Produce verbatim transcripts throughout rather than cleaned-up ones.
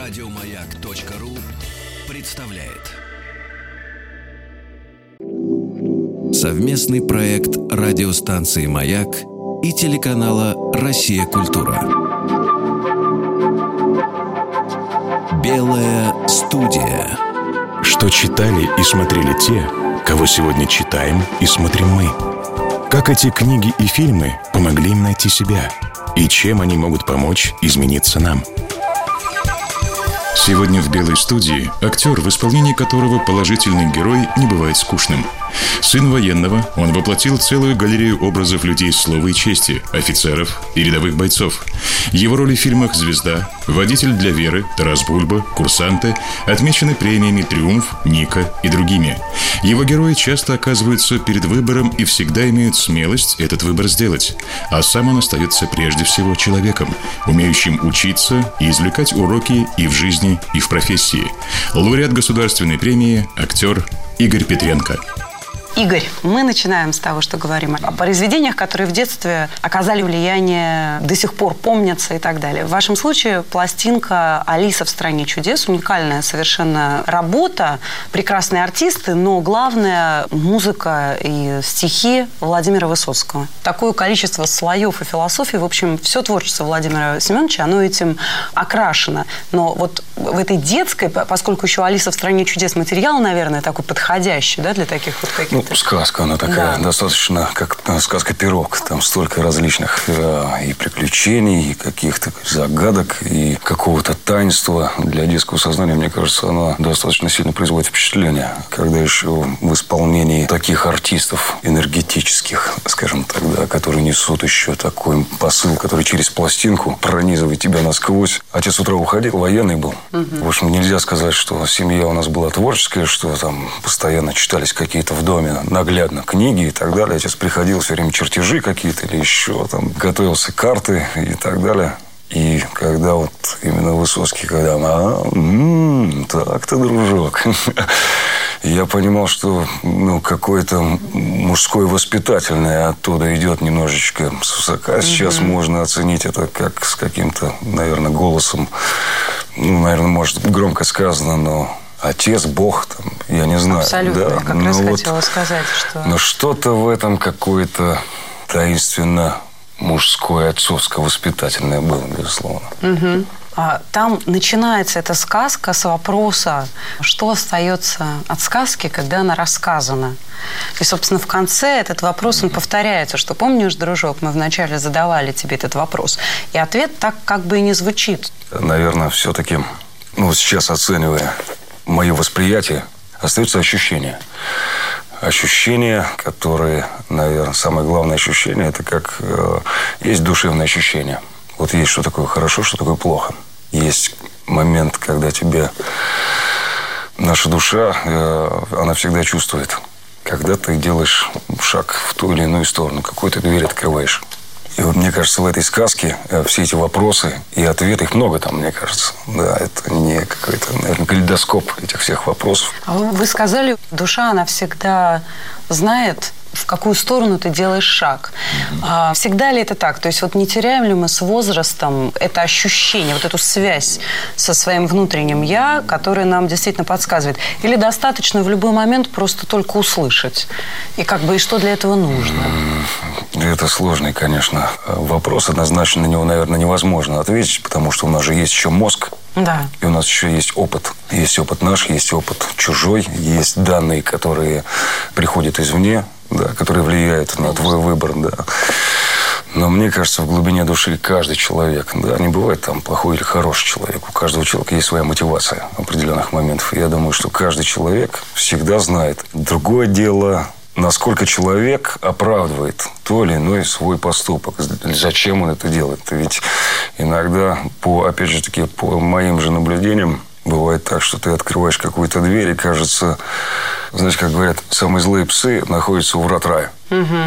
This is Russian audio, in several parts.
Радиомаяк.ру представляет совместный проект радиостанции «Маяк» и телеканала «Россия. Культура». Белая студия. Что читали и смотрели те, кого сегодня читаем и смотрим мы? Как эти книги и фильмы помогли им найти себя? И чем они могут помочь измениться нам? Сегодня в «Белой студии» актер, в исполнении которого положительный герой не бывает скучным. Сын военного, он воплотил целую галерею образов людей слова и чести, офицеров и рядовых бойцов. Его роли в фильмах «Звезда», «Водитель для Веры», «Тарас Бульба», «Курсанты» отмечены премиями «Триумф», «Ника» и другими. Его герои часто оказываются перед выбором и всегда имеют смелость этот выбор сделать. А сам он остается прежде всего человеком, умеющим учиться и извлекать уроки и в жизни, и в профессии. Лауреат государственной премии, актер Игорь Петренко. Игорь, мы начинаем с того, что говорим о произведениях, которые в детстве оказали влияние, до сих пор помнятся и так далее. В вашем случае пластинка «Алиса в стране чудес», уникальная совершенно работа, прекрасные артисты, но главное – музыка и стихи Владимира Высоцкого. Такое количество слоев и философии, в общем, все творчество Владимира Семеновича, оно этим окрашено. Но вот в этой детской, поскольку еще «Алиса в стране чудес» материал, наверное, такой подходящий, да, для таких вот каких-то... Ну, сказка, она такая, да. Достаточно, как сказка «Пирог». Там столько различных э, и приключений, и каких-то загадок, и какого-то таинства. Для детского сознания, мне кажется, она достаточно сильно производит впечатление. Когда еще в исполнении таких артистов энергетических, скажем так, да, которые несут еще такой посыл, который через пластинку пронизывает тебя насквозь. Отец с утра уходил, военный был. Угу. В общем, нельзя сказать, что семья у нас была творческая, что там постоянно читались какие-то в доме наглядно книги и так далее. Отец приходил, все время чертежи какие-то или еще там, готовился карты и так далее. И когда вот именно Высоцкий, когда а, м-м, так-то, дружок, я понимал, что ну, какое-то мужское воспитательное оттуда идет немножечко с высока. Сейчас mm-hmm. можно оценить это как с каким-то, наверное, голосом. Ну, наверное, может, громко сказано, но... Отец, Бог, там, я не знаю. Абсолютно. Да. Я как но раз вот, хотела сказать, что... Но что-то в этом какое-то таинственно мужское, отцовское, воспитательное было, безусловно. Угу. А там начинается эта сказка с вопроса, что остается от сказки, когда она рассказана. И, собственно, в конце этот вопрос, он повторяется, что, помнишь, дружок, мы вначале задавали тебе этот вопрос. И ответ так как бы и не звучит. Наверное, все-таки, ну, сейчас оценивая мое восприятие, остается ощущение. Ощущения, которые, наверное, самое главное ощущение, это как э, есть душевное ощущение. Вот есть что такое хорошо, что такое плохо. Есть момент, когда тебе наша душа, э, она всегда чувствует, когда ты делаешь шаг в ту или иную сторону, какую-то дверь открываешь. И вот, мне кажется, в этой сказке все эти вопросы и ответы, их много там, мне кажется. Да, это не какой-то, наверное, калейдоскоп этих всех вопросов. А вы сказали, душа, она всегда знает, в какую сторону ты делаешь шаг. Mm-hmm. А всегда ли это так? То есть вот не теряем ли мы с возрастом это ощущение, вот эту связь со своим внутренним «я», которое нам действительно подсказывает? Или достаточно в любой момент просто только услышать? И как бы и что для этого нужно? Mm-hmm. Это сложный, конечно, вопрос. Однозначно на него, наверное, невозможно ответить, потому что у нас же есть еще мозг. Да. И у нас еще есть опыт. Есть опыт наш, есть опыт чужой, есть данные, которые приходят извне, да, которые влияют на твой выбор. Да. Но мне кажется, в глубине души каждый человек, да, не бывает там плохой или хороший человек. У каждого человека есть своя мотивация в определенных моментах. И я думаю, что каждый человек всегда знает. Другое дело, насколько человек оправдывает то или иной свой поступок. Зачем он это делает? Ведь иногда, по, опять же таки, по моим же наблюдениям, бывает так, что ты открываешь какую-то дверь, и кажется, знаешь, как говорят, самые злые псы находятся у врат рая. Угу.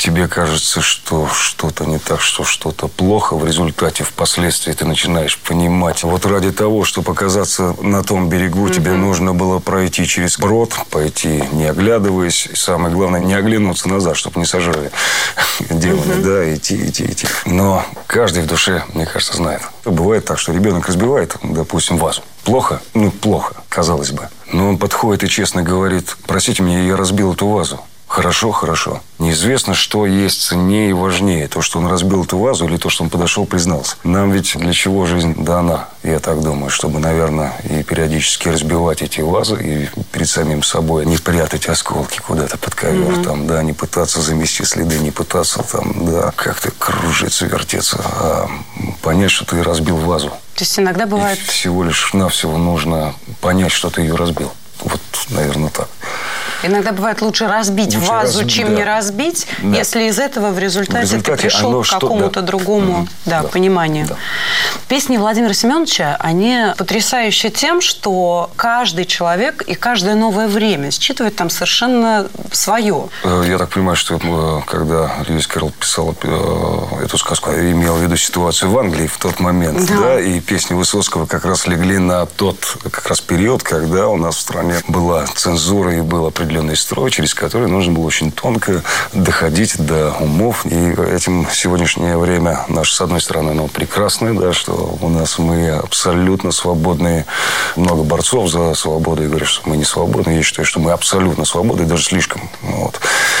тебе кажется, что что-то не так, что что-то плохо, в результате, впоследствии ты начинаешь понимать. Вот ради того, чтобы оказаться на том берегу, mm-hmm. тебе нужно было пройти через брод, пойти не оглядываясь. И самое главное, не оглянуться назад, чтобы не сожрали демоны, mm-hmm. да, идти, идти, идти. Но каждый в душе, мне кажется, знает. Бывает так, что ребенок разбивает, допустим, вазу. Плохо? Ну, плохо, казалось бы. Но он подходит и честно говорит: простите меня, я разбил эту вазу. Хорошо, хорошо. Неизвестно, что есть ценнее и важнее. То, что он разбил эту вазу, или то, что он подошел, признался. Нам ведь для чего жизнь дана, я так думаю, чтобы, наверное, и периодически разбивать эти вазы, и перед самим собой не прятать осколки куда-то под ковер, mm-hmm. там, да, не пытаться замести следы, не пытаться там, да, как-то кружиться, вертеться, а понять, что ты разбил вазу. То есть иногда бывает... И всего лишь навсего нужно понять, что ты ее разбил. Вот, наверное, так. Иногда бывает лучше разбить лучше вазу, раз... чем да. не разбить, да. если из этого в результате, в результате ты пришел к какому-то что... да. другому mm-hmm. да, да. пониманию. Да. Песни Владимира Семеновича, они потрясающие тем, что каждый человек и каждое новое время считывает там совершенно свое. Я так понимаю, что когда Льюис Кэрролл писал эту сказку, имел в виду ситуацию в Англии в тот момент, да. Да, и песни Высоцкого как раз легли на тот как раз период, когда у нас в стране была цензура и был определенный строй, через который нужно было очень тонко доходить до умов. И этим сегодняшнее время наше, с одной стороны, оно прекрасное, да, что у нас мы абсолютно свободные. Много борцов за свободу и говорят, что мы не свободны. Я считаю, что мы абсолютно свободны, даже слишком. Вот.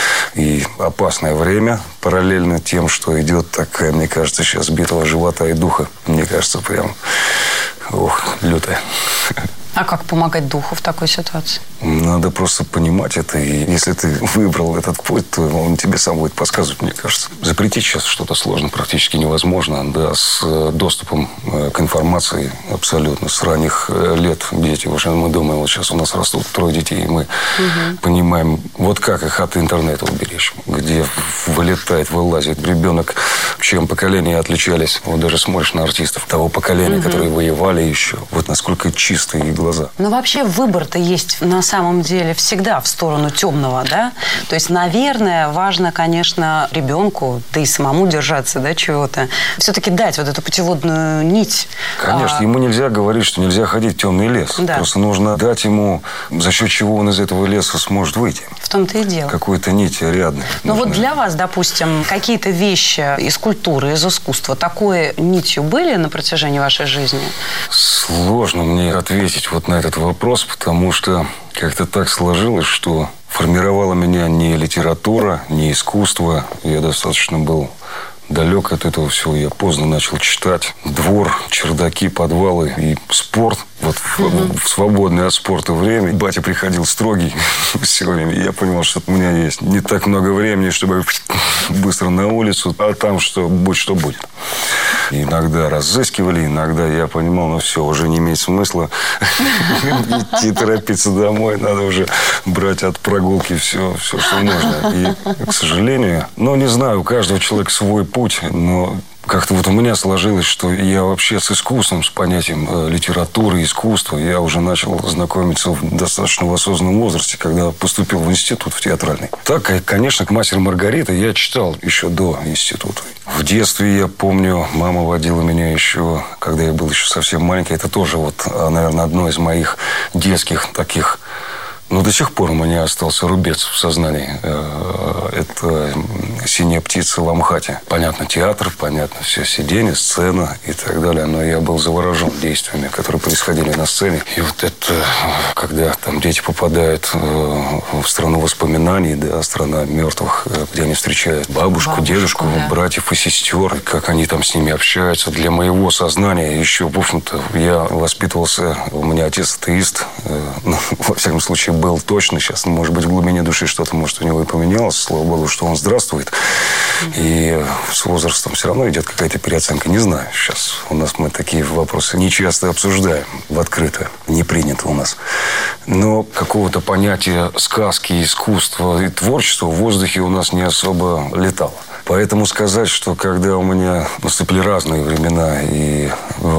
И опасное время, параллельно тем, что идет такая, мне кажется, сейчас битва живота и духа. Мне кажется, прям, ох, лютая. А как помогать духу в такой ситуации? Надо просто понимать это. И если ты выбрал этот путь, то он тебе сам будет подсказывать, мне кажется. Запретить сейчас что-то сложно, практически невозможно. Да, с доступом к информации абсолютно. С ранних лет дети уже, мы думаем, вот сейчас у нас растут трое детей, и мы угу. понимаем, вот как их от интернета уберечь. Где вылетает, вылазит ребенок, чем поколения отличались. Вот даже смотришь на артистов того поколения, угу. которые воевали еще. Вот насколько чистые глаза. Но вообще выбор-то есть на самом деле всегда в сторону темного, да? То есть, наверное, важно, конечно, ребенку, да и самому держаться, да, чего-то. Все-таки дать вот эту путеводную нить. Конечно, а... ему нельзя говорить, что нельзя ходить в темный лес. Да. Просто нужно дать ему, за счет чего он из этого леса сможет выйти. В том-то и дело. Какую-то нить рядную. Ну вот для вас, допустим, какие-то вещи из культуры, из искусства такой нитью были на протяжении вашей жизни? Сложно мне ответить вот на этот вопрос, потому что как-то так сложилось, что формировала меня не литература, не искусство. Я достаточно был далек от этого всего. Я поздно начал читать. Двор, чердаки, подвалы и спорт. Вот mm-hmm. в, в свободное от спорта время батя приходил строгий все время. Я понял, что у меня есть не так много времени, чтобы быстро на улицу, а там что, будь что будет. И иногда разыскивали, иногда я понимал, ну все, уже не имеет смысла идти торопиться домой. Надо уже брать от прогулки все, все, что нужно. И, к сожалению, ну, не знаю, у каждого человека свой путь, но как-то вот у меня сложилось, что я вообще с искусством, с понятием э, литературы, искусства, я уже начал знакомиться в достаточно осознанном возрасте, когда поступил в институт, в театральный. Так, конечно, к «Мастер и Маргарита» я читал еще до института. В детстве, я помню, мама водила меня еще, когда я был еще совсем маленький. Это тоже, вот, наверное, одно из моих детских таких... Но до сих пор у меня остался рубец в сознании. Это «Синяя птица» в Амхате. Понятно, театр, понятно, все сиденье, сцена и так далее. Но я был заворожен действиями, которые происходили на сцене. И вот это, когда там дети попадают в страну воспоминаний, да, страна мертвых, где они встречают бабушку, бабушку дедушку, да. братьев и сестер, и как они там с ними общаются. Для моего сознания еще, в общем-то, я воспитывался, у меня отец атеист, ну, во всяком случае, был точно. Сейчас, может быть, в глубине души что-то, может, у него и поменялось. Слава Богу, что он здравствует. Mm-hmm. И с возрастом все равно идет какая-то переоценка. Не знаю. Сейчас у нас мы такие вопросы не часто обсуждаем в открытое. Не принято у нас. Но какого-то понятия сказки, искусства и творчества в воздухе у нас не особо летало. Поэтому сказать, что когда у меня наступили разные времена, и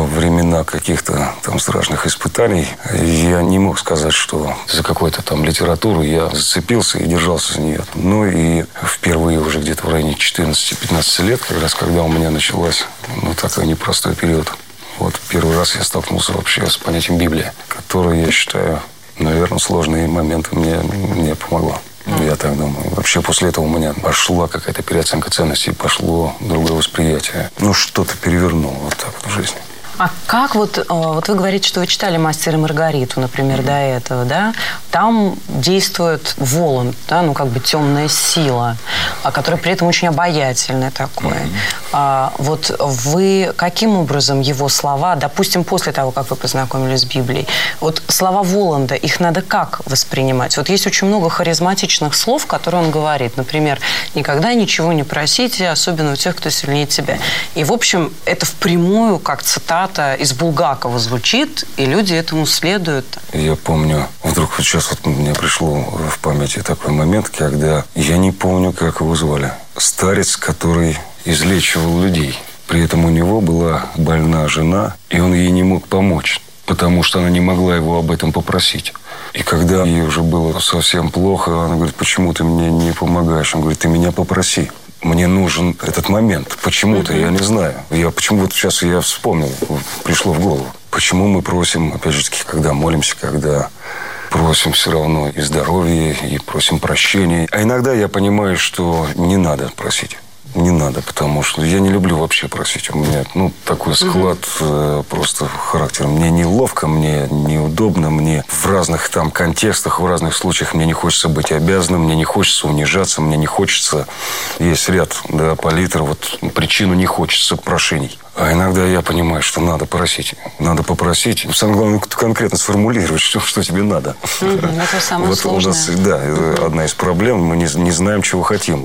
во времена каких-то там страшных испытаний я не мог сказать, что за какую-то там литературу я зацепился и держался за нее. Ну и впервые уже где-то в районе четырнадцати-пятнадцати лет, как раз когда у меня началась, ну, такой непростой период. Вот первый раз я столкнулся вообще с понятием Библия, которое, я считаю, наверное, сложные моменты мне, мне помогло. Я так думаю. Вообще после этого у меня пошла какая-то переоценка ценностей, пошло другое восприятие. Ну, что-то перевернуло вот так вот в жизни. А как вот, вот вы говорите, что вы читали «Мастера и Маргариту», например, mm-hmm. до этого, да? Там действует Воланд, да, ну как бы темная сила, которая при этом очень обаятельная такое. Mm-hmm. А, вот вы каким образом его слова, допустим, после того, как вы познакомились с Библией, вот слова Воланда, их надо как воспринимать? Вот есть очень много харизматичных слов, которые он говорит. Например, «Никогда ничего не просите, особенно у тех, кто сильнее тебя». И, в общем, это впрямую, как цитата из Булгакова звучит, и люди этому следуют. Я помню, вдруг вот сейчас вот мне пришло в памяти такой момент, когда я не помню, как его звали. Старец, который излечивал людей. При этом у него была больна жена, и он ей не мог помочь, потому что она не могла его об этом попросить. И когда ей уже было совсем плохо, она говорит: почему ты мне не помогаешь? Он говорит: ты меня попроси. Мне нужен этот момент. Почему-то, я не знаю. Я почему вот сейчас я вспомнил, пришло в голову. Почему мы просим, опять же таки, когда молимся, когда просим все равно и здоровья, и просим прощения. А иногда я понимаю, что не надо просить. Не надо, потому что я не люблю вообще просить. У меня, ну, такой склад э, просто характера. Мне неловко, мне неудобно, мне в разных там контекстах, в разных случаях мне не хочется быть обязанным, мне не хочется унижаться, мне не хочется... Есть ряд, да, палитр, вот причину не хочется прошений. А иногда я понимаю, что надо просить. Надо попросить. Самое главное, конкретно сформулировать, что, что тебе надо. Mm-hmm. Это самое вот сложное. У нас, да, одна из проблем. Мы не, не знаем, чего хотим.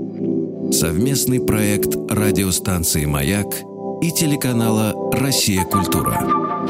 Совместный проект радиостанции «Маяк» и телеканала «Россия. Культура».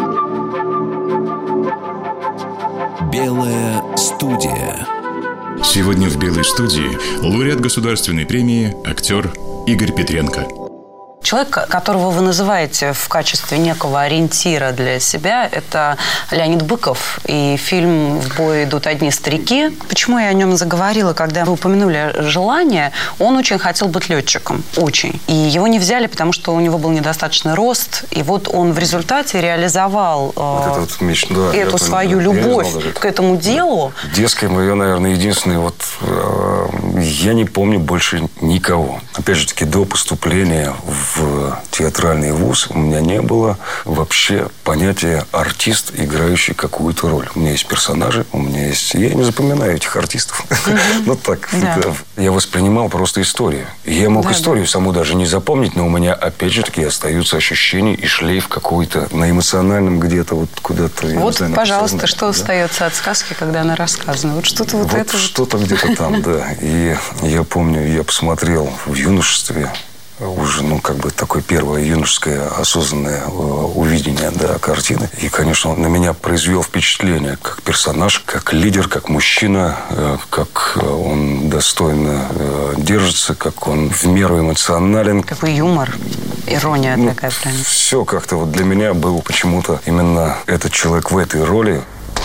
Белая студия. Сегодня в «Белой студии» лауреат государственной премии, актер Игорь Петренко. Человек, которого вы называете в качестве некого ориентира для себя, это Леонид Быков. И фильм «В бой идут одни старики». Почему я о нем заговорила, когда вы упомянули желание? Он очень хотел быть летчиком. Очень. И его не взяли, потому что у него был недостаточный рост. И вот он в результате реализовал вот э, вот меч, да, эту свою понял, любовь знал, к этому делу. Детское мое, наверное, единственное. Вот, э, я не помню больше никого. Опять же таки, до поступления в в театральный вуз у меня не было вообще понятия артист, играющий какую-то роль. У меня есть персонажи, у меня есть... Я не запоминаю этих артистов. Ну так, я воспринимал просто историю. Я мог историю саму даже не запомнить, но у меня, опять же таки, остаются ощущения и шлейф какой-то на эмоциональном где-то вот куда-то. Вот, пожалуйста, что остается от сказки, когда она рассказана? Вот что-то вот это... Что-то где-то там, да. И я помню, я посмотрел в юношестве уже, ну, как бы такое первое юношеское осознанное увидение, да, картины. И, конечно, он на меня произвел впечатление как персонаж, как лидер, как мужчина, как он достойно держится, как он в меру эмоционален. Какой юмор, ирония ну, такая. Прям. Все как-то вот для меня был почему-то именно этот человек в этой роли.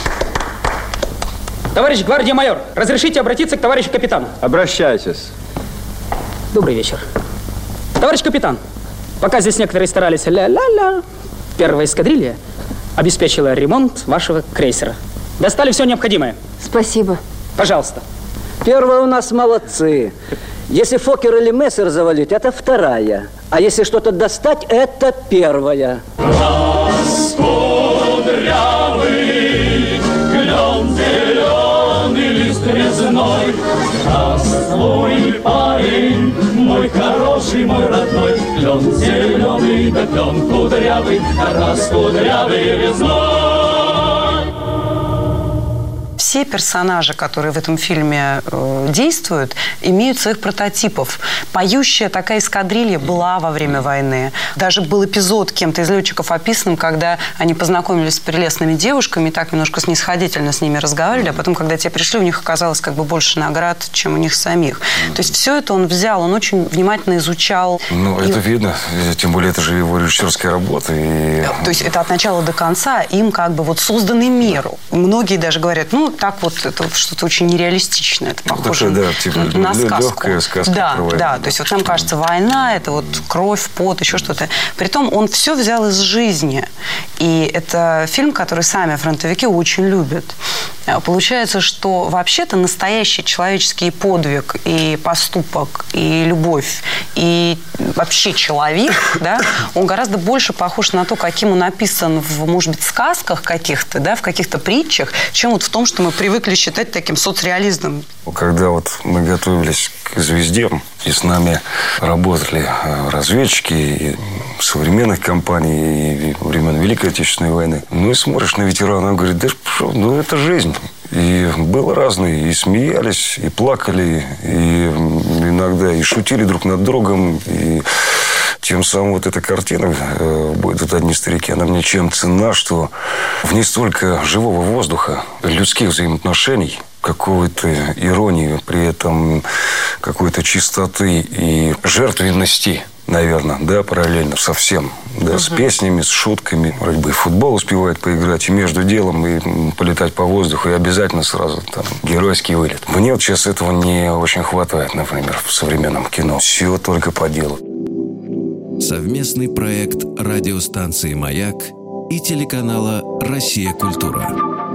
Товарищ гвардия-майор, разрешите обратиться к товарищу капитану? Обращайтесь. Добрый вечер. Товарищ капитан, пока здесь некоторые старались ля-ля-ля, первая эскадрилья обеспечила ремонт вашего крейсера. Достали все необходимое. Спасибо. Пожалуйста. Первые у нас молодцы. Если Фокер или Мессер завалить, это вторая. А если что-то достать, это первая. Раскудрявый, клен зеленый, лист резной. Здравствуй, парень, мой хороший, мой родной. Клен зеленый, да клен кудрявый, раскудрявый весной. все персонажи, которые в этом фильме э, действуют, имеют своих прототипов. Поющая такая эскадрилья была во время войны. Даже был эпизод кем-то из летчиков описан, когда они познакомились с прелестными девушками, так немножко снисходительно с ними разговаривали, а потом, когда те пришли, у них оказалось как бы больше наград, чем у них самих. То есть все это он взял, он очень внимательно изучал. Ну, и... это видно. Тем более, это же его режиссерская работа. И... То есть это от начала до конца им как бы вот созданный мир. Многие даже говорят, ну, так вот, это что-то очень нереалистичное. Это похоже ну, да, типа, на сказку. Легкая сказка. Да, да. То есть вот нам кажется, война, это вот кровь, пот, еще что-то. Притом он все взял из жизни. И это фильм, который сами фронтовики очень любят. Получается, что вообще-то настоящий человеческий подвиг и поступок, и любовь, и вообще человек, да, он гораздо больше похож на то, каким он написан в, может быть, сказках каких-то, да, в каких-то притчах, чем вот в том, что мы привыкли считать таким соцреализмом. Когда вот мы готовились к «Звезде», и с нами работали разведчики и современных компаний, и времен Великой Отечественной войны. Ну и смотришь на ветерана, он говорит, да ну это жизнь. И было разное, и смеялись, и плакали, и иногда и шутили друг над другом, и тем самым вот эта картина «Будет одни старики», она мне чем ценна, что в ней столько живого воздуха, людских взаимоотношений, какой-то иронии, при этом какой-то чистоты и жертвенности, наверное, да, параллельно совсем, да, угу. С песнями, с шутками. Вроде бы и в футбол успевает поиграть, и между делом, и полетать по воздуху, и обязательно сразу там геройский вылет. Мне вот сейчас этого не очень хватает, например, в современном кино. Все только по делу. Совместный проект радиостанции «Маяк» и телеканала «Россия. Культура».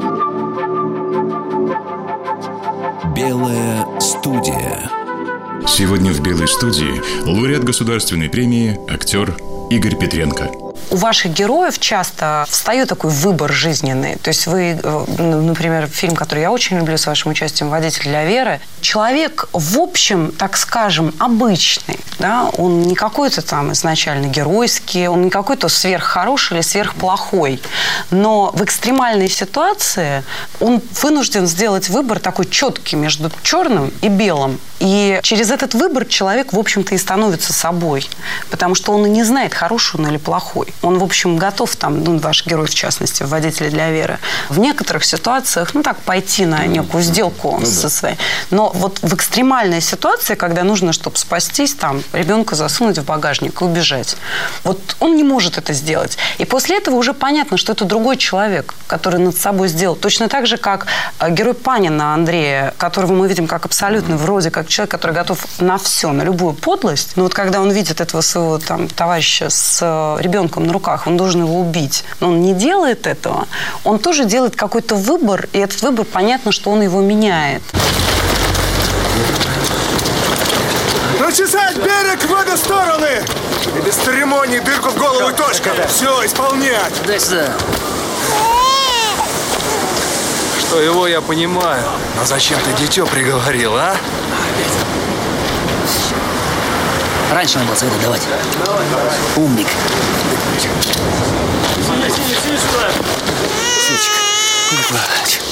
Белая студия. Сегодня в «Белой студии» лауреат государственной премии, актер Игорь Петренко. У ваших героев часто встает такой выбор жизненный. То есть вы, например, фильм, который я очень люблю с вашим участием, «Водитель для Веры», человек, в общем, так скажем, обычный. Да? Он не какой-то там изначально геройский, он не какой-то сверххороший или сверхплохой. Но в экстремальной ситуации он вынужден сделать выбор такой четкий между черным и белым. И через этот выбор человек, в общем-то, и становится собой. Потому что он и не знает, хороший он или плохой. Он, в общем, готов, там, ну, ваш герой, в частности, в «Водителе для Веры», в некоторых ситуациях, ну, так, пойти на некую сделку ну, со да. своей. Но вот в экстремальной ситуации, когда нужно, чтобы спастись, там, ребенка засунуть в багажник и убежать, вот он не может это сделать. И после этого уже понятно, что это другой человек, который над собой сделал. Точно так же, как герой Панина Андрея, которого мы видим как абсолютно вроде как человек, который готов на все, на любую подлость. Но вот когда он видит этого своего там товарища с ребенком на руках, он должен его убить. Но он не делает этого. Он тоже делает какой-то выбор, и этот выбор, понятно, что он его меняет. Начесать берег в обе стороны! И без церемонии дырку в голову и точка. Все, исполнять! Дай сюда. Что его я понимаю. Но зачем ты дитё приговорил, а? Раньше надо было советы давать. Умник. Светочка.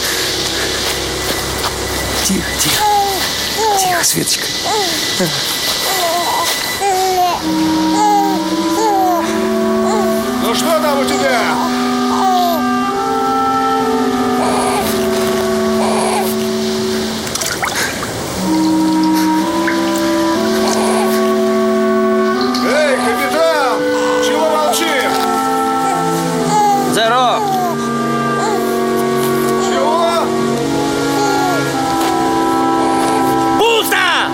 Тихо, тихо. Тихо, Светочка. Ну что там у тебя? Эй, капитан! Чего молчим? Здорово! Чего? Пусто!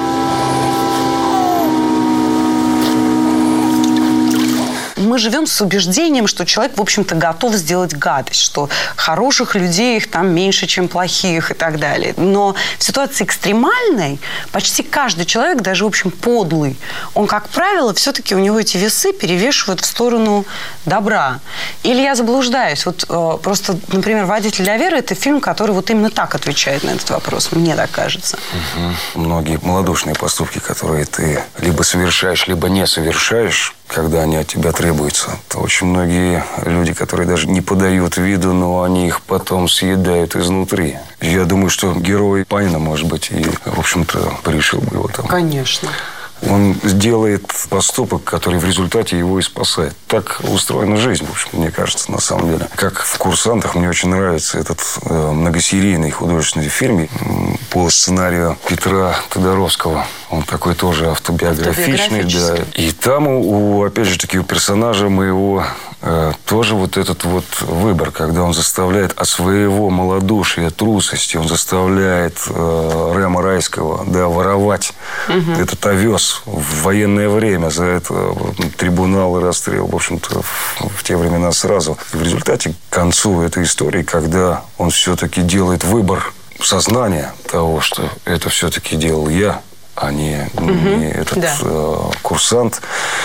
Мы живем с убеждением, что человек, в общем-то, готов сделать гадость, что хороших людей их там меньше, чем плохих и так далее. Но в ситуации экстремальной почти каждый человек, даже, в общем, подлый, он, как правило, все-таки у него эти весы перевешивают в сторону добра. Или я заблуждаюсь. Вот э, просто, например, «Водитель для Веры» – это фильм, который вот именно так отвечает на этот вопрос. Мне так кажется. Угу. Многие малодушные поступки, которые ты либо совершаешь, либо не совершаешь, когда они от тебя требуются, то очень многие люди, которые даже не подают виду, но они их потом съедают изнутри. Я думаю, что герой Панина, может быть, и, в общем-то, порешил бы его там. Конечно. Он сделает поступок, который в результате его и спасает. Так устроена жизнь, в общем, мне кажется, на самом деле. Как в «Курсантах» мне очень нравится этот э, многосерийный художественный фильм э, по сценарию Петра Тодоровского. Он такой тоже автобиографичный, да. И там, у, опять же таки, у персонажа моего э, тоже вот этот вот выбор, когда он заставляет от своего малодушия, трусости, он заставляет э, Рема Райского, да, воровать угу. этот овес в военное время. За это трибунал и расстрел, в общем-то, в, в те времена сразу. И в результате, к концу этой истории, когда он все-таки делает выбор сознания того, что это все-таки делал я, а не, угу. не этот да. э, курсант.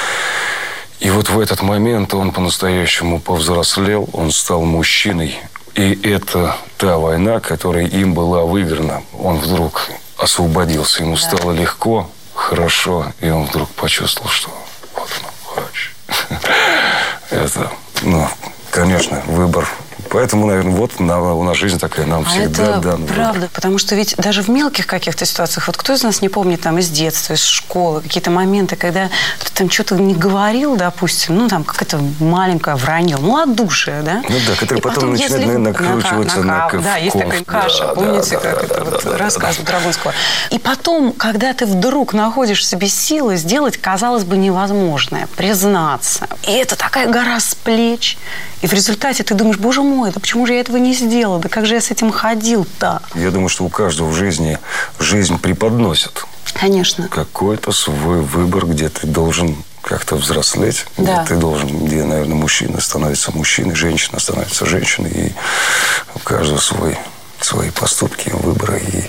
И вот в этот момент он по-настоящему повзрослел, он стал мужчиной. И это та война, которая им была выиграна. Он вдруг освободился, ему да. стало легко, хорошо, и он вдруг почувствовал, что вот он, врач. Это, ну, конечно, выбор. Поэтому, наверное, вот у нас жизнь такая, нам а всегда это дана. правда, потому что ведь даже в мелких каких-то ситуациях, вот кто из нас не помнит там из детства, из школы, какие-то моменты, когда ты там что-то не говорил, допустим, ну там какое-то маленькое вранье, малодушие, да? Ну да, который потом, потом начинает, если... наверное, накручиваться на, на, на ковков. Да, есть такая каша, да, помните, да, как да, это да, вот да, рассказ да, Драгунского. И потом, когда ты вдруг находишь в себе силы сделать, казалось бы, невозможное, признаться. И это такая гора с плеч. И в результате ты думаешь, боже мой, да почему же я этого не сделала? Да как же я с этим ходил-то? Я думаю, что у каждого в жизни жизнь преподносит. Конечно. Какой-то свой выбор, где ты должен как-то взрослеть. Да. Где ты должен, где, наверное, мужчина становится мужчиной, женщина становится женщиной. И у каждого свой, свои поступки, выборы и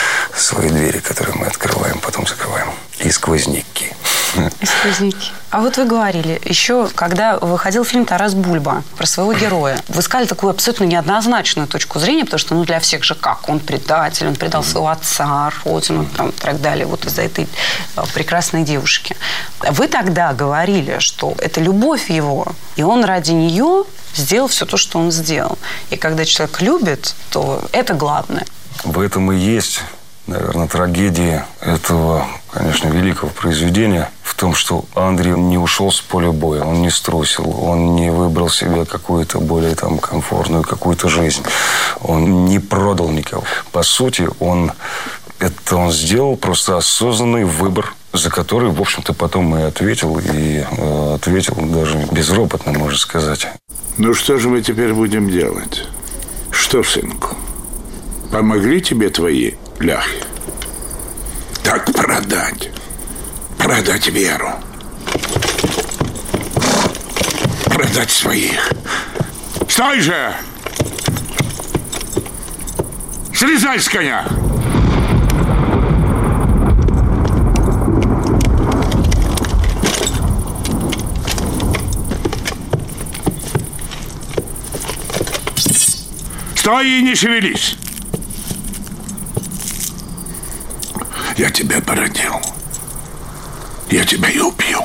свои двери, которые мы открываем, потом закрываем. И сквозняки. И сквозняки. А вот вы говорили, еще когда выходил фильм «Тарас Бульба» про своего героя, вы сказали такую абсолютно неоднозначную точку зрения, потому что ну, для всех же как? Он предатель, он предал своего отца, родину там, и так далее, вот из-за этой прекрасной девушки. Вы тогда говорили, что это любовь его, и он ради нее сделал все то, что он сделал. И когда человек любит, то это главное. В этом и есть, наверное, трагедия этого, конечно, великого произведения в том, что Андрей не ушел с поля боя, он не струсил, он не выбрал себе какую-то более там комфортную какую-то жизнь, он не продал никого. По сути, он это он сделал просто осознанный выбор, за который, в общем-то, потом и ответил, и э, ответил даже безропотно, можно сказать. Ну, что же мы теперь будем делать? Что, сынку, помогли тебе твои ляхи? Так продать. Продать веру. Продать своих. Стой же! Слезай с коня! Стой и не шевелись! Я тебя породил. Я тебя и убью.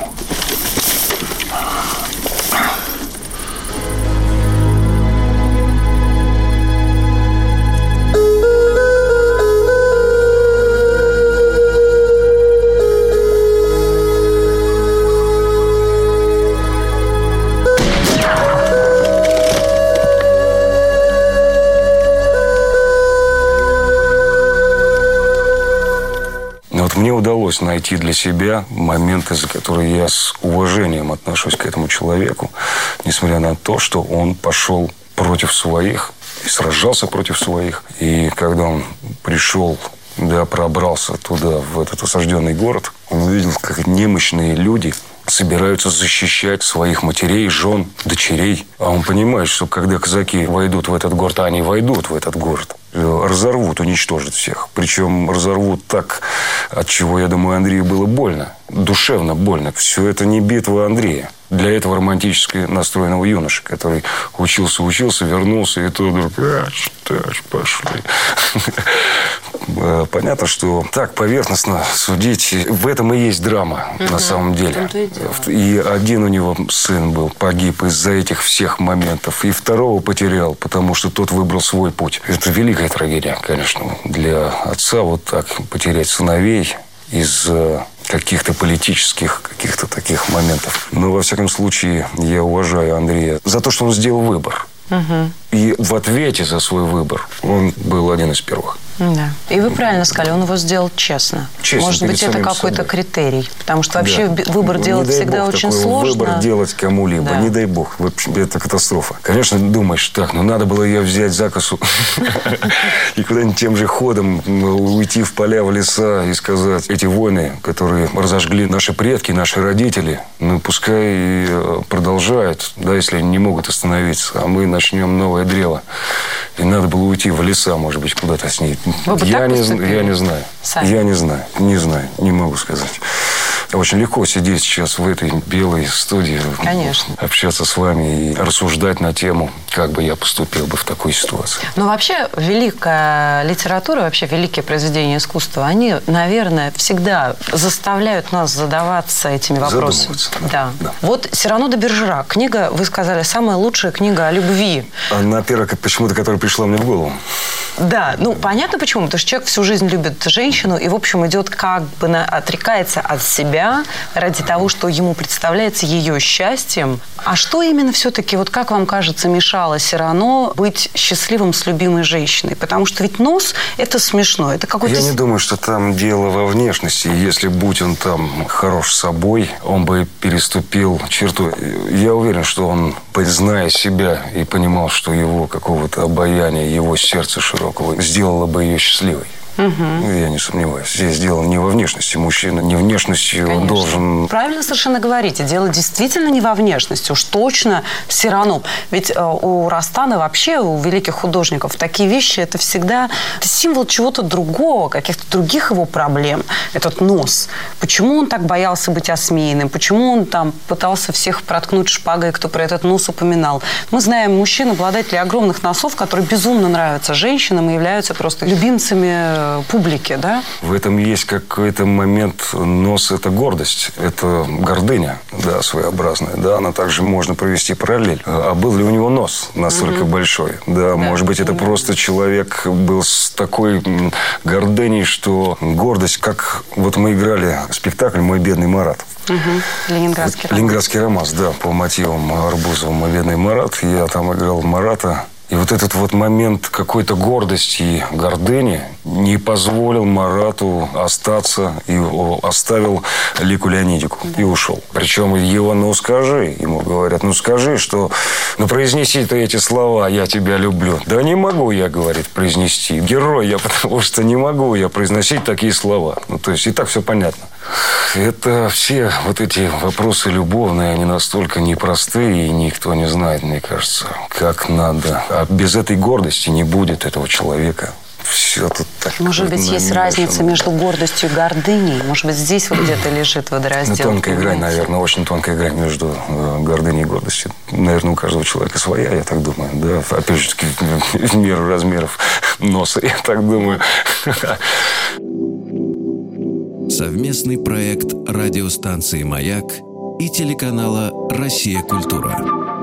Мне удалось найти для себя моменты, за которые я с уважением отношусь к этому человеку, несмотря на то, что он пошел против своих и сражался против своих. И когда он пришел, да, пробрался туда, в этот осажденный город, он увидел, как немощные люди собираются защищать своих матерей, жен, дочерей. А он понимает, что когда казаки войдут в этот город, а они войдут в этот город, разорвут, уничтожат всех. Причем разорвут так, от чего, я думаю, Андрею было больно. Душевно больно. Все это не битва Андрея. для этого романтически настроенного юноши, который учился, учился, вернулся, и то вдруг, а, что пошли. Понятно, что так поверхностно судить, в этом и есть драма, угу. на самом деле. И, и один у него сын был, погиб из-за этих всех моментов, и второго потерял, потому что тот выбрал свой путь. Это великая трагедия, конечно, для отца вот так потерять сыновей из-за каких-то политических, каких-то таких моментов. Но, во всяком случае, я уважаю Андрея за то, что он сделал выбор. Угу. И в ответе за свой выбор он был один из первых. Да. И вы правильно сказали, он его сделал честно. Честно. Может быть, это какой-то собой. Критерий. Потому что вообще да. выбор не делать всегда бог, очень сложно. Выбор делать кому-либо. Да. Не дай бог. Вообще, это катастрофа. Конечно, думаешь, так, ну надо было ее взять за косу и куда-нибудь тем же ходом уйти в поля, в леса и сказать, эти войны, которые разожгли наши предки, наши родители, ну пускай продолжают, да, если они не могут остановиться, а мы начнем новое древо. И надо было уйти в леса, может быть, куда-то с ней. Я не, я не знаю. Сами. Я не знаю. Не знаю. Не могу сказать. Очень легко сидеть сейчас в этой белой студии. Конечно. Общаться с вами и рассуждать на тему, как бы я поступил бы в такой ситуации. Но вообще великая литература, вообще великие произведения искусства, они, наверное, всегда заставляют нас задаваться этими вопросами. Да. Да. Вот «Сирано де Бержерак». Книга, вы сказали, самая лучшая книга о любви. Она первая, почему-то, которая пришла мне в голову. Да, ну понятно почему. Потому что человек всю жизнь любит женщину и, в общем, идет как бы на, отрекается от себя ради того, что ему представляется ее счастьем. А что именно все-таки, вот как вам кажется, мешало Сирано быть счастливым с любимой женщиной? Потому что ведь нос – это смешно. Это какой-то... Я не думаю, что там дело во внешности. Если будь он там хорош собой, он бы переступил черту. Я уверен, что он, зная себя и понимал, что его какого-то обаяния, его сердца широкого сделало бы ее счастливой. Угу. Ну, я не сомневаюсь. Здесь дело не во внешности. Мужчина не внешностью Конечно. Должен... Правильно совершенно говорите. Дело действительно не во внешности. Уж точно Сирано. Ведь э, у Растана вообще, у великих художников, такие вещи, это всегда это символ чего-то другого, каких-то других его проблем. Этот нос. Почему он так боялся быть осмеянным? Почему он там пытался всех проткнуть шпагой, кто про этот нос упоминал? Мы знаем мужчин, обладателей огромных носов, которые безумно нравятся женщинам и являются просто любимцами публики, да? В этом есть какой-то момент. Нос – это гордость, это гордыня, да, своеобразная. Да, она также можно провести параллель. А был ли у него нос настолько mm-hmm. большой? Да, да, может быть, это mm-hmm. просто человек был с такой гордыней, что гордость, как вот мы играли спектакль «Мой бедный Марат». Угу. Ленинградский романс. Ленинградский романс, да, по мотивам Арбузова «Мой бедный Марат». Я там играл Марата. И вот этот вот момент какой-то гордости и гордыни не позволил Марату остаться и оставил Лику Леонидику и ушел. Причем его, ну скажи, ему говорят, ну скажи, что, ну произнеси ты эти слова, я тебя люблю. Да не могу я, говорит, произнести. Герой я, потому что не могу я произносить такие слова. Ну то есть и так все понятно. Это все вот эти вопросы любовные, они настолько непростые, и никто не знает, мне кажется, как надо. А без этой гордости не будет этого человека. Все тут так. Может быть, есть разница между гордостью и гордыней? Может быть, здесь вот где-то лежит водораздел? Ну, тонкая грань, наверное, очень тонкая грань между гордыней и гордостью. Наверное, у каждого человека своя, я так думаю. Да, опять же, в меру размеров носа, я так думаю. Совместный проект радиостанции «Маяк» и телеканала «Россия. Культура».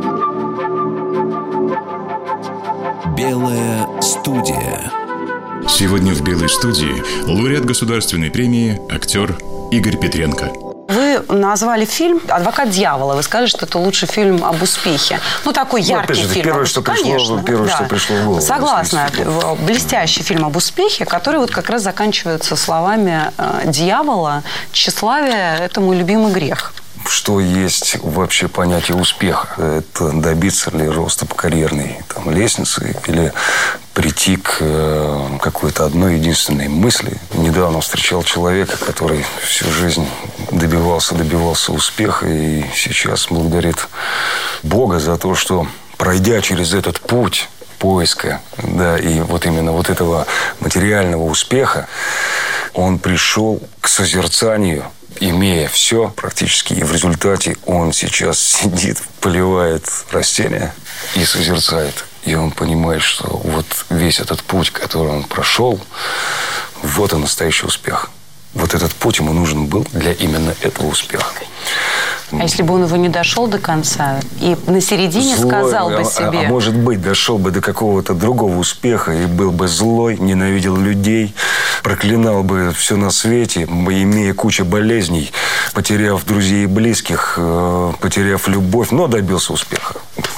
Белая студия. Сегодня в «Белой студии» лауреат государственной премии, актер Игорь Петренко. Вы назвали фильм «Адвокат дьявола». Вы сказали, что это лучший фильм об успехе. Ну, такой яркий ну, же, фильм. Первое, что пришло, Конечно, первое, да. что пришло в голову. Согласна. Блестящий фильм об успехе, который вот как раз заканчивается словами «Дьявола, тщеславие – это мой любимый грех». Что есть вообще понятие успеха? Это добиться ли роста по карьерной там, лестнице или прийти к э, какой-то одной единственной мысли. Недавно встречал человека, который всю жизнь добивался, добивался успеха и сейчас благодарит Бога за то, что, пройдя через этот путь поиска, да, и вот именно вот этого материального успеха, он пришел к созерцанию, имея все практически, и в результате он сейчас сидит, поливает растения и созерцает. И он понимает, что вот весь этот путь, который он прошел, вот он настоящий успех. Вот этот путь ему нужен был для именно этого успеха. А если бы он его не дошел до конца и на середине злой, сказал бы себе... А, а может быть, дошел бы до какого-то другого успеха и был бы злой, ненавидел людей, проклинал бы все на свете, имея кучу болезней, потеряв друзей и близких, потеряв любовь, но добился успеха.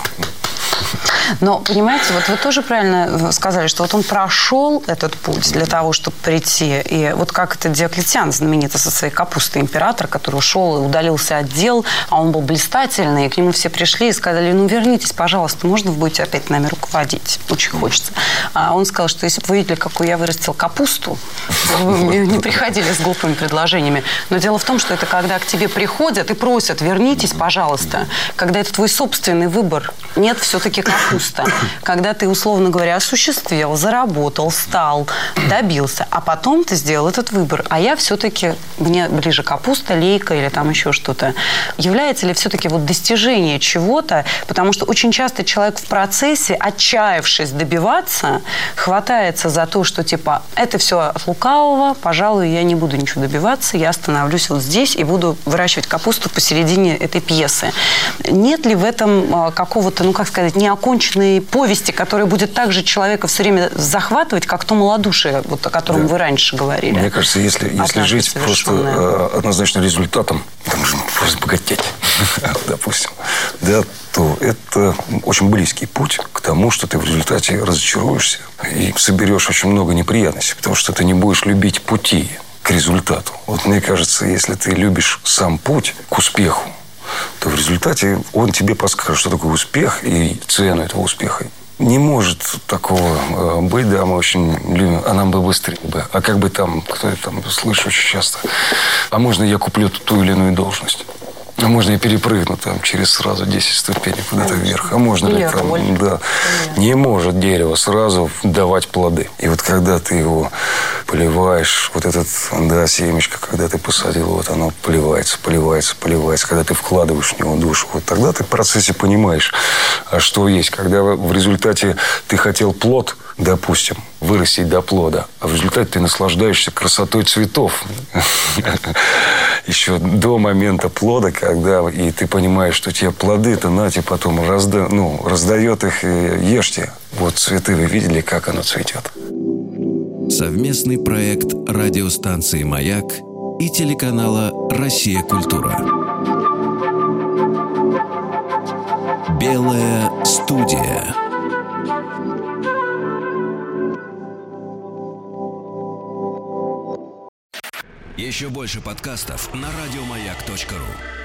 Но, понимаете, вот вы тоже правильно сказали, что вот он прошел этот путь для того, чтобы прийти. И вот как это Диоклетиан знаменитый со своей капустой, император, который ушел и удалился от дел, а он был блистательный, и к нему все пришли и сказали: ну, вернитесь, пожалуйста, можно вы будете опять нами руководить? Очень хочется. А он сказал, что если бы вы видели, какую я вырастил капусту, вы не приходили с глупыми предложениями. Но дело в том, что это когда к тебе приходят и просят: вернитесь, пожалуйста. Когда это твой собственный выбор. Нет, все-таки капуста. Когда ты, условно говоря, осуществил, заработал, стал, добился, а потом ты сделал этот выбор. А я все-таки, мне ближе капуста, лейка или там еще что-то. Является ли все-таки вот достижение чего-то? Потому что очень часто человек в процессе, отчаявшись добиваться, хватается за то, что типа это все от лукавого, пожалуй, я не буду ничего добиваться, я остановлюсь вот здесь и буду выращивать капусту посередине этой пьесы. Нет ли в этом какого-то, ну как сказать, неоконченного повести, которая будет также человека все время захватывать, как то малодушие, вот, о котором да. вы раньше говорили? Мне кажется, если, если жить просто э, однозначно результатом, там нужно просто богатеть, допустим, да, то это очень близкий путь к тому, что ты в результате разочаруешься и соберешь очень много неприятностей, потому что ты не будешь любить пути к результату. Вот мне кажется, если ты любишь сам путь к успеху, то в результате он тебе подскажет, что такое успех и цену этого успеха. Не может такого быть, да, мы очень любим, а нам бы быстрее бы. А как бы там, кто я там слышу очень часто, а можно я куплю ту или иную должность? А можно я перепрыгну там через сразу десять ступеней куда-то вверх? А можно ли там, да. Не может дерево сразу давать плоды. И вот когда ты его поливаешь, вот этот, да, семечко, когда ты посадил, вот оно поливается, поливается, поливается. Когда ты вкладываешь в него душу, вот тогда ты в процессе понимаешь, а что есть. Когда в результате ты хотел плод, допустим, вырастить до плода, а в результате ты наслаждаешься красотой цветов. Еще до момента плода, когда и ты понимаешь, что тебе плоды-то нате, потом разда, ну, раздает их и ешьте. Вот цветы вы видели, как оно цветет. Совместный проект радиостанции «Маяк» и телеканала «Россия. Культура». Белая студия. Еще больше подкастов на радиомаяк точка ру.